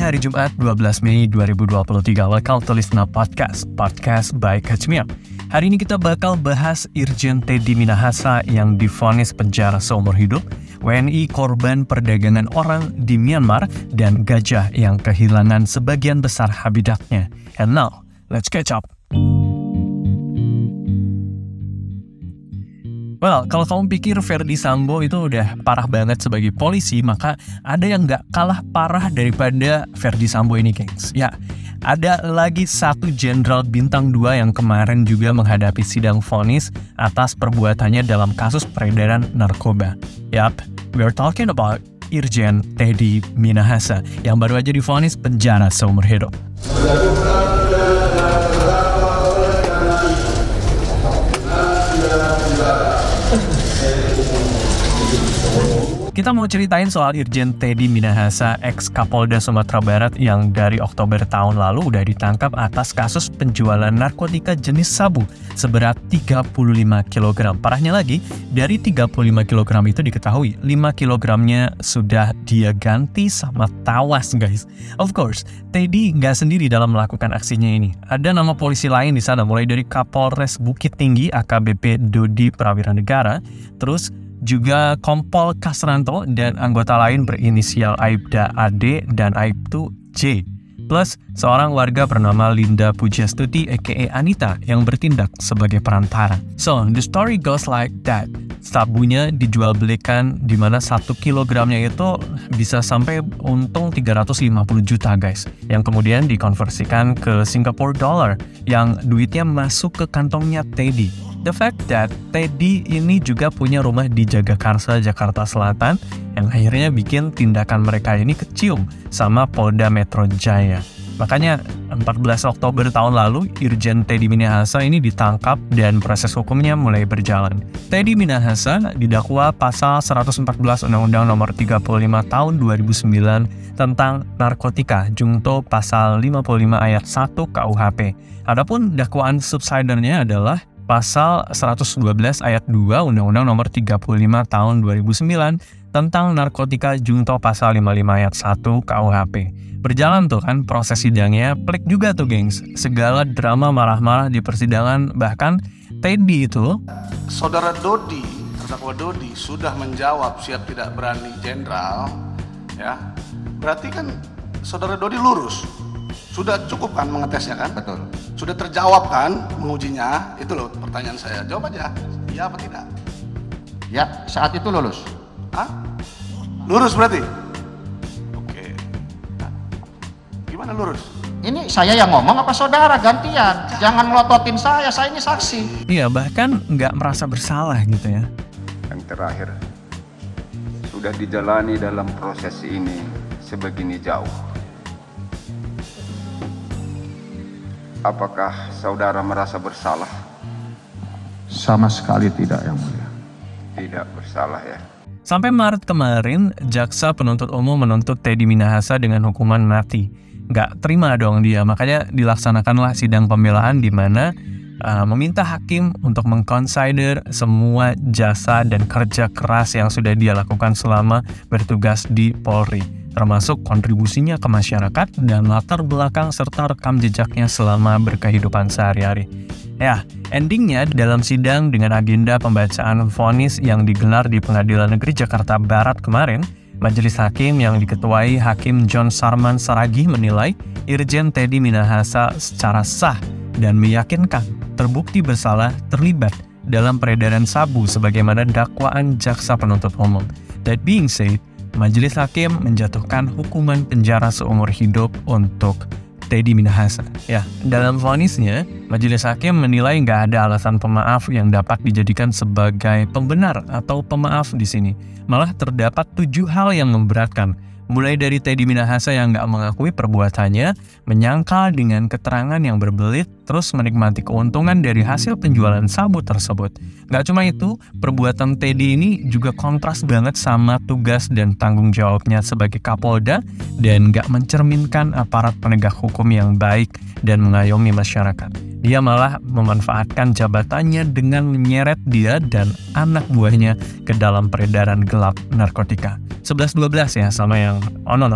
hari Jumat 12 Mei 2023. Welcome to Listener Podcast by Kacmia. Hari ini kita bakal bahas Irjen Teddy Minahasa yang divonis penjara seumur hidup, WNI korban perdagangan orang di Myanmar, dan gajah yang kehilangan sebagian besar habitatnya. And now, let's catch up. Well, kalau kamu pikir Verdi Sambo itu udah parah banget sebagai polisi, maka ada yang gak kalah parah daripada Verdi Sambo ini, gengs. Ya, ada lagi satu jenderal bintang 2 yang kemarin juga menghadapi sidang vonis atas perbuatannya dalam kasus peredaran narkoba. Yap, we're talking about Irjen Teddy Minahasa yang baru aja divonis penjara seumur hidup. Kita mau ceritain soal Irjen Teddy Minahasa, ex-Kapolda Sumatera Barat yang dari Oktober tahun lalu udah ditangkap atas kasus penjualan narkotika jenis sabu seberat 35 kg. Parahnya lagi, dari 35 kg itu diketahui 5 kg-nya sudah dia ganti sama tawas, guys. Of course, Teddy nggak sendiri dalam melakukan aksinya ini. Ada nama polisi lain di sana, mulai dari Kapolres Bukit Tinggi AKBP Dodi Prawira Negara, terus juga Kompol Kasranto dan anggota lain berinisial Aibda AD dan Aibtu J. Plus seorang warga bernama Linda Pujastuti aka Anita yang bertindak sebagai perantara. So, the story goes like that. Sabunya dijual belikan di mana 1 kilogramnya itu bisa sampai untung 350 juta, guys. Yang kemudian dikonversikan ke Singapore dollar yang duitnya masuk ke kantongnya Teddy. The fact that Teddy ini juga punya rumah di Jagakarsa, Jakarta Selatan, yang akhirnya bikin tindakan mereka ini kecium sama Polda Metro Jaya. Makanya 14 Oktober tahun lalu, Irjen Teddy Minahasa ini ditangkap dan proses hukumnya mulai berjalan. Teddy Minahasa didakwa pasal 114 Undang-Undang Nomor 35 Tahun 2009 tentang narkotika, jungto pasal 55 ayat 1 KUHP. Adapun dakwaan subsidiarnya adalah pasal 112 ayat 2 Undang-Undang Nomor 35 Tahun 2009 tentang narkotika jungto pasal 55 ayat 1 KUHP. Berjalan tuh kan proses sidangnya, pelik juga tuh, gengs. Segala drama marah-marah di persidangan, bahkan Teddy itu, Saudara Dodi, terdakwa Dodi sudah menjawab siap tidak berani jenderal, ya. Berarti kan Saudara Dodi lurus. Sudah cukup kan mengetesnya kan? Betul. Sudah terjawab kan mengujinya? Itu loh pertanyaan saya. Jawab aja. Iya apa tidak? Ya, saat itu lulus. Hah? Lurus berarti? Oke. Nah, gimana lurus? Ini saya yang ngomong apa saudara gantian? Jangan melototin saya ini saksi. iya bahkan nggak merasa bersalah gitu ya. Yang terakhir, sudah dijalani dalam proses ini sebegini jauh. Apakah saudara merasa bersalah? Sama sekali tidak, Yang Mulia. Tidak bersalah ya. Sampai Maret kemarin, jaksa penuntut umum menuntut Teddy Minahasa dengan hukuman mati. Nggak terima dong dia, makanya dilaksanakanlah sidang pembelaan di mana meminta hakim untuk mengconsider semua jasa dan kerja keras yang sudah dia lakukan selama bertugas di Polri, termasuk kontribusinya ke masyarakat dan latar belakang serta rekam jejaknya selama berkehidupan sehari-hari. Ya, endingnya dalam sidang dengan agenda pembacaan vonis yang digelar di Pengadilan Negeri Jakarta Barat kemarin, Majelis Hakim yang diketuai Hakim John Sarman Saragih menilai Irjen Teddy Minahasa secara sah dan meyakinkan terbukti bersalah terlibat dalam peredaran sabu sebagaimana dakwaan jaksa penuntut umum. That being said, Majelis Hakim menjatuhkan hukuman penjara seumur hidup untuk Teddy Minahasa. Ya, dalam vonisnya, Majelis Hakim menilai nggak ada alasan pemaaf yang dapat dijadikan sebagai pembenar atau pemaaf di sini. Malah terdapat 7 hal yang memberatkan. Mulai dari Teddy Minahasa yang nggak mengakui perbuatannya, menyangkal dengan keterangan yang berbelit, terus menikmati keuntungan dari hasil penjualan sabu tersebut. Nggak cuma itu, perbuatan Teddy ini juga kontras banget sama tugas dan tanggung jawabnya sebagai Kapolda dan nggak mencerminkan aparat penegak hukum yang baik dan mengayomi masyarakat. Dia malah memanfaatkan jabatannya dengan menyeret dia dan anak buahnya ke dalam peredaran gelap narkotika. 11-12 ya sama yang no.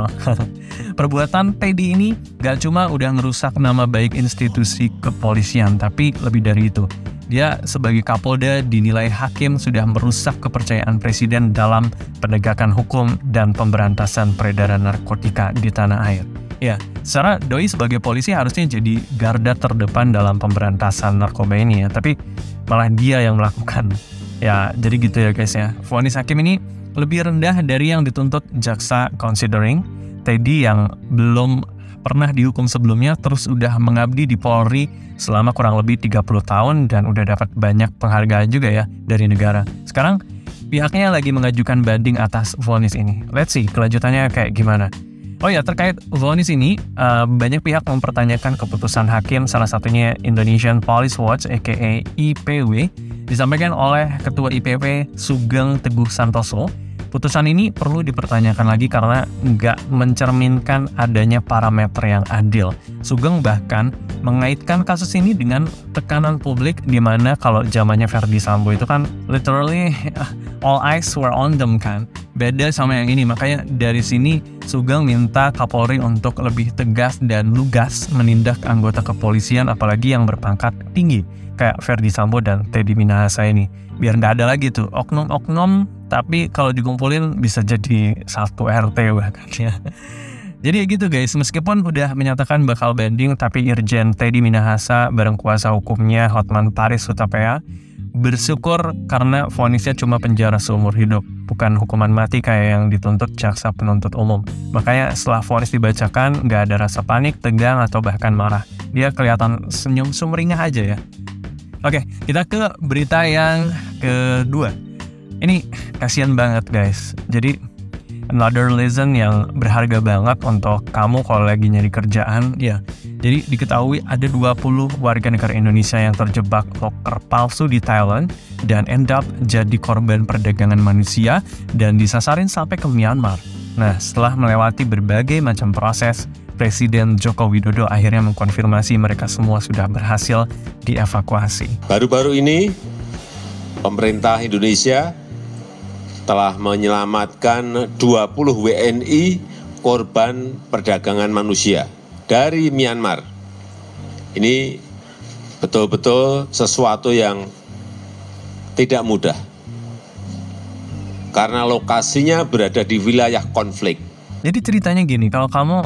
Perbuatan Teddy ini gak cuma udah ngerusak nama baik institusi kepolisian, tapi lebih dari itu. Dia sebagai Kapolda dinilai hakim sudah merusak kepercayaan presiden dalam penegakan hukum dan pemberantasan peredaran narkotika di tanah air. Ya, secara doi sebagai polisi harusnya jadi garda terdepan dalam pemberantasan narkoba ini ya, tapi malah dia yang melakukan. Ya, jadi gitu ya guys ya. Vonis hakim ini lebih rendah dari yang dituntut jaksa, considering Teddy yang belum pernah dihukum sebelumnya terus udah mengabdi di Polri selama kurang lebih 30 tahun dan udah dapat banyak penghargaan juga ya dari negara. Sekarang pihaknya lagi mengajukan banding atas vonis ini. Let's see kelanjutannya kayak gimana. Oh ya, terkait vonis ini, banyak pihak mempertanyakan keputusan hakim, salah satunya Indonesian Police Watch aka IPW, disampaikan oleh Ketua IPW Sugeng Teguh Santoso. Putusan ini perlu dipertanyakan lagi karena nggak mencerminkan adanya parameter yang adil. Sugeng bahkan mengaitkan kasus ini dengan tekanan publik di mana kalau zamannya Verdi Sambo itu kan literally all eyes were on them kan. Beda sama yang ini, makanya dari sini Sugeng minta Kapolri untuk lebih tegas dan lugas menindak anggota kepolisian apalagi yang berpangkat tinggi kayak Verdi Sambo dan Teddy Minahasa ini. Biar nggak ada lagi tuh oknum-oknum, tapi kalau dikumpulin bisa jadi satu RT bahkan ya. Jadi ya gitu guys, meskipun udah menyatakan bakal banding, tapi Irjen Teddy Minahasa bareng kuasa hukumnya Hotman Paris Hutapea bersyukur karena vonisnya cuma penjara seumur hidup, bukan hukuman mati kayak yang dituntut jaksa penuntut umum. Makanya setelah vonis dibacakan, nggak ada rasa panik, tegang, atau bahkan marah. Dia kelihatan senyum sumringah aja ya. Oke, kita ke berita yang kedua. Ini kasihan banget guys. Jadi another lesson yang berharga banget untuk kamu kalau lagi nyari kerjaan ya. Jadi diketahui ada 20 warga negara Indonesia yang terjebak loker palsu di Thailand dan end up jadi korban perdagangan manusia dan disasarin sampai ke Myanmar. Nah, setelah melewati berbagai macam proses, Presiden Joko Widodo akhirnya mengkonfirmasi mereka semua sudah berhasil dievakuasi. Baru-baru ini, pemerintah Indonesia telah menyelamatkan 20 WNI korban perdagangan manusia dari Myanmar. Ini betul-betul sesuatu yang tidak mudah, karena lokasinya berada di wilayah konflik. Jadi ceritanya gini, kalau kamu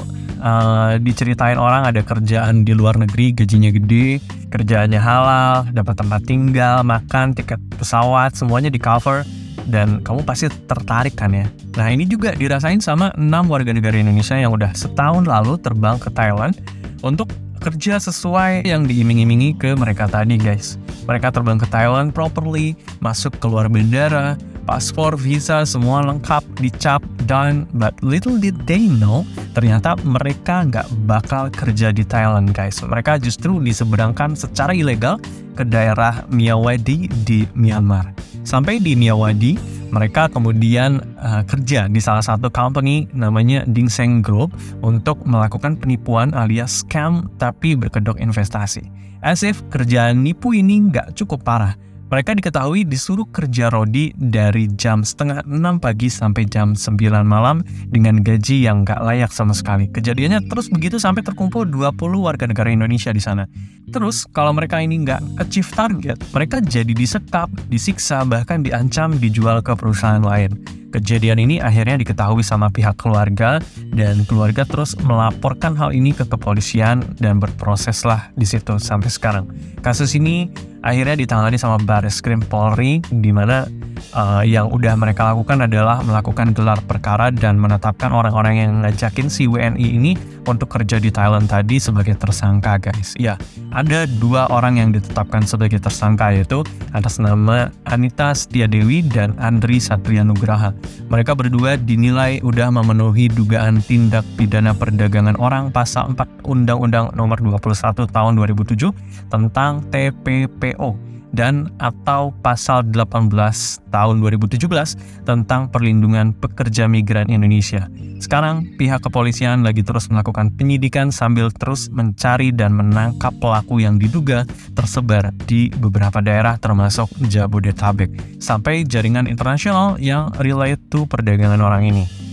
diceritain orang ada kerjaan di luar negeri, gajinya gede, kerjaannya halal, dapat tempat tinggal, makan, tiket pesawat, semuanya di cover, dan kamu pasti tertarik kan ya. Nah ini juga dirasain sama 6 warga negara Indonesia yang udah setahun lalu terbang ke Thailand untuk kerja sesuai yang diiming-imingi ke mereka tadi guys. Mereka terbang ke Thailand properly, masuk keluar bandara, paspor, visa, semua lengkap, dicap, done. But little did they know, ternyata mereka nggak bakal kerja di Thailand guys. Mereka justru diseberangkan secara ilegal ke daerah Myawaddy di Myanmar. Sampai di Myawaddy, mereka kemudian kerja di salah satu company namanya Dingseng Group untuk melakukan penipuan alias scam tapi berkedok investasi. As if kerjaan nipu ini nggak cukup parah. Mereka diketahui disuruh kerja rodi dari jam 5:30 pagi sampai jam 9 malam dengan gaji yang nggak layak sama sekali. Kejadiannya terus begitu sampai terkumpul 20 warga negara Indonesia di sana. Terus kalau mereka ini nggak achieve target, mereka jadi disekap, disiksa, bahkan diancam dijual ke perusahaan lain. Kejadian ini akhirnya diketahui sama pihak keluarga dan keluarga terus melaporkan hal ini ke kepolisian dan berproseslah di situ sampai sekarang. Kasus ini akhirnya ditangani sama Barreskrim Polri, di mana yang udah mereka lakukan adalah melakukan gelar perkara dan menetapkan orang-orang yang ngajakin si WNI ini untuk kerja di Thailand tadi sebagai tersangka guys. Ya, ada 2 orang yang ditetapkan sebagai tersangka, yaitu atas nama Anita Setiadewi dan Andri Satria Nugraha. Mereka berdua dinilai udah memenuhi dugaan tindak pidana perdagangan orang pasal 4 Undang-Undang Nomor 21 Tahun 2007 tentang TPPO dan atau pasal 18 tahun 2017 tentang perlindungan pekerja migran Indonesia. Sekarang pihak kepolisian lagi terus melakukan penyidikan sambil terus mencari dan menangkap pelaku yang diduga tersebar di beberapa daerah termasuk Jabodetabek sampai jaringan internasional yang relate to perdagangan orang ini.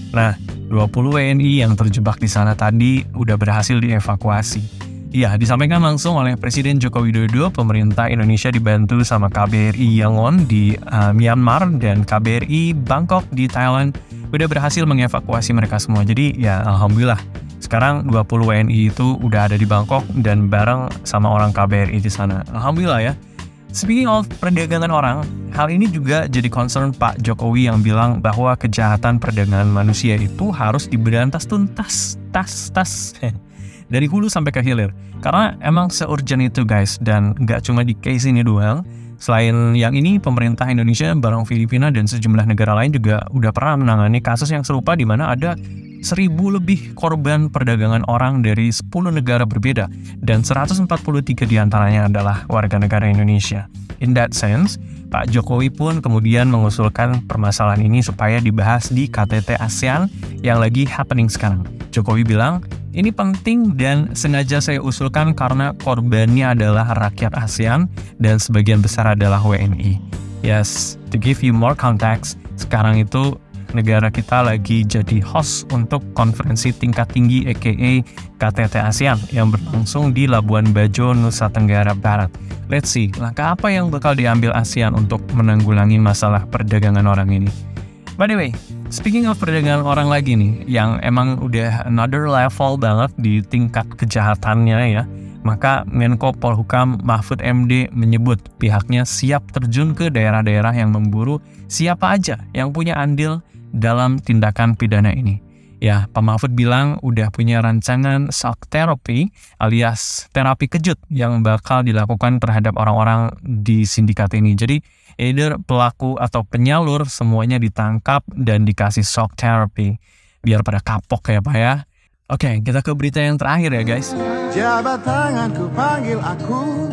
Nah, 20 WNI yang terjebak di sana tadi udah berhasil dievakuasi. Iya, disampaikan langsung oleh Presiden Joko Widodo, pemerintah Indonesia dibantu sama KBRI Yangon di Myanmar dan KBRI Bangkok di Thailand udah berhasil mengevakuasi mereka semua. Jadi ya alhamdulillah, sekarang 20 WNI itu udah ada di Bangkok dan bareng sama orang KBRI di sana. Alhamdulillah ya. Speaking of perdagangan orang, hal ini juga jadi concern Pak Jokowi yang bilang bahwa kejahatan perdagangan manusia itu harus diberantas tuntas, tas. Dari hulu sampai ke hilir. Karena emang se-urgent itu guys, dan nggak cuma di case ini doang. Selain yang ini, pemerintah Indonesia bareng Filipina dan sejumlah negara lain juga udah pernah menangani kasus yang serupa di mana ada 1.000 lebih korban perdagangan orang dari 10 negara berbeda dan 143 diantaranya adalah warga negara Indonesia. In that sense, Pak Jokowi pun kemudian mengusulkan permasalahan ini supaya dibahas di KTT ASEAN yang lagi happening sekarang. Jokowi bilang, ini penting dan sengaja saya usulkan karena korbannya adalah rakyat ASEAN dan sebagian besar adalah WNI. Yes, to give you more context, sekarang itu negara kita lagi jadi host untuk konferensi tingkat tinggi aka KTT ASEAN yang berlangsung di Labuan Bajo, Nusa Tenggara Barat. Let's see, langkah apa yang bakal diambil ASEAN untuk menanggulangi masalah perdagangan orang ini. By the way, speaking of perdagangan orang lagi nih, yang emang udah another level banget di tingkat kejahatannya ya, maka Menko Polhukam Mahfud MD menyebut pihaknya siap terjun ke daerah-daerah yang memburu siapa aja yang punya andil dalam tindakan pidana ini. Ya, Pak Mahfud bilang udah punya rancangan shock therapy alias terapi kejut yang bakal dilakukan terhadap orang-orang di sindikat ini. Jadi, either pelaku atau penyalur semuanya ditangkap dan dikasih shock therapy. Biar pada kapok ya Pak ya. Oke, kita ke berita yang terakhir ya guys. Jabat tanganku panggil aku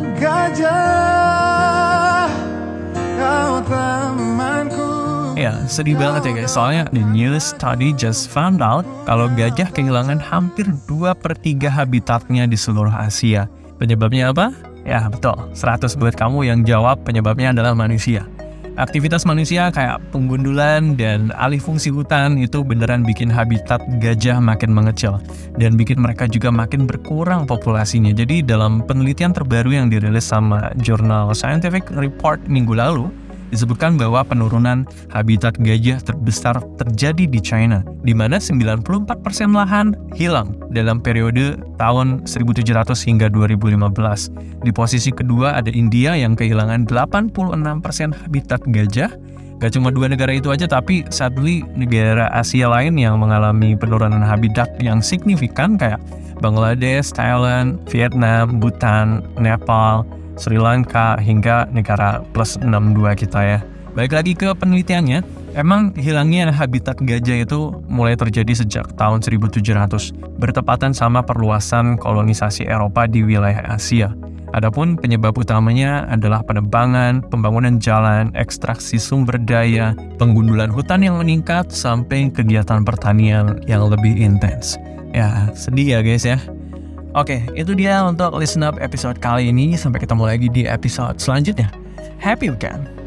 gajah, kau temanku. Ya, sedih banget ya guys, soalnya the new study just found out kalau gajah kehilangan hampir 2/3 habitatnya di seluruh Asia. Penyebabnya apa? Ya betul, 100 buat kamu yang jawab penyebabnya adalah manusia. Aktivitas manusia kayak penggundulan dan alih fungsi hutan itu beneran bikin habitat gajah makin mengecil dan bikin mereka juga makin berkurang populasinya. Jadi dalam penelitian terbaru yang dirilis sama jurnal Scientific Report minggu lalu, disebutkan bahwa penurunan habitat gajah terbesar terjadi di China, di mana 94% lahan hilang dalam periode tahun 1700 hingga 2015. Di posisi kedua ada India yang kehilangan 86% habitat gajah. Gak cuma 2 negara itu aja, tapi sadly negara Asia lain yang mengalami penurunan habitat yang signifikan kayak Bangladesh, Thailand, Vietnam, Bhutan, Nepal, Sri Lanka, hingga negara plus 62 kita ya. Balik lagi ke penelitiannya, emang hilangnya habitat gajah itu mulai terjadi sejak tahun 1700, bertepatan sama perluasan kolonisasi Eropa di wilayah Asia. Adapun penyebab utamanya adalah penebangan, pembangunan jalan, ekstraksi sumber daya, penggundulan hutan yang meningkat, sampai kegiatan pertanian yang lebih intens. Ya, sedih ya guys ya. Oke, itu dia untuk Listen Up episode kali ini. Sampai ketemu lagi di episode selanjutnya. Happy weekend!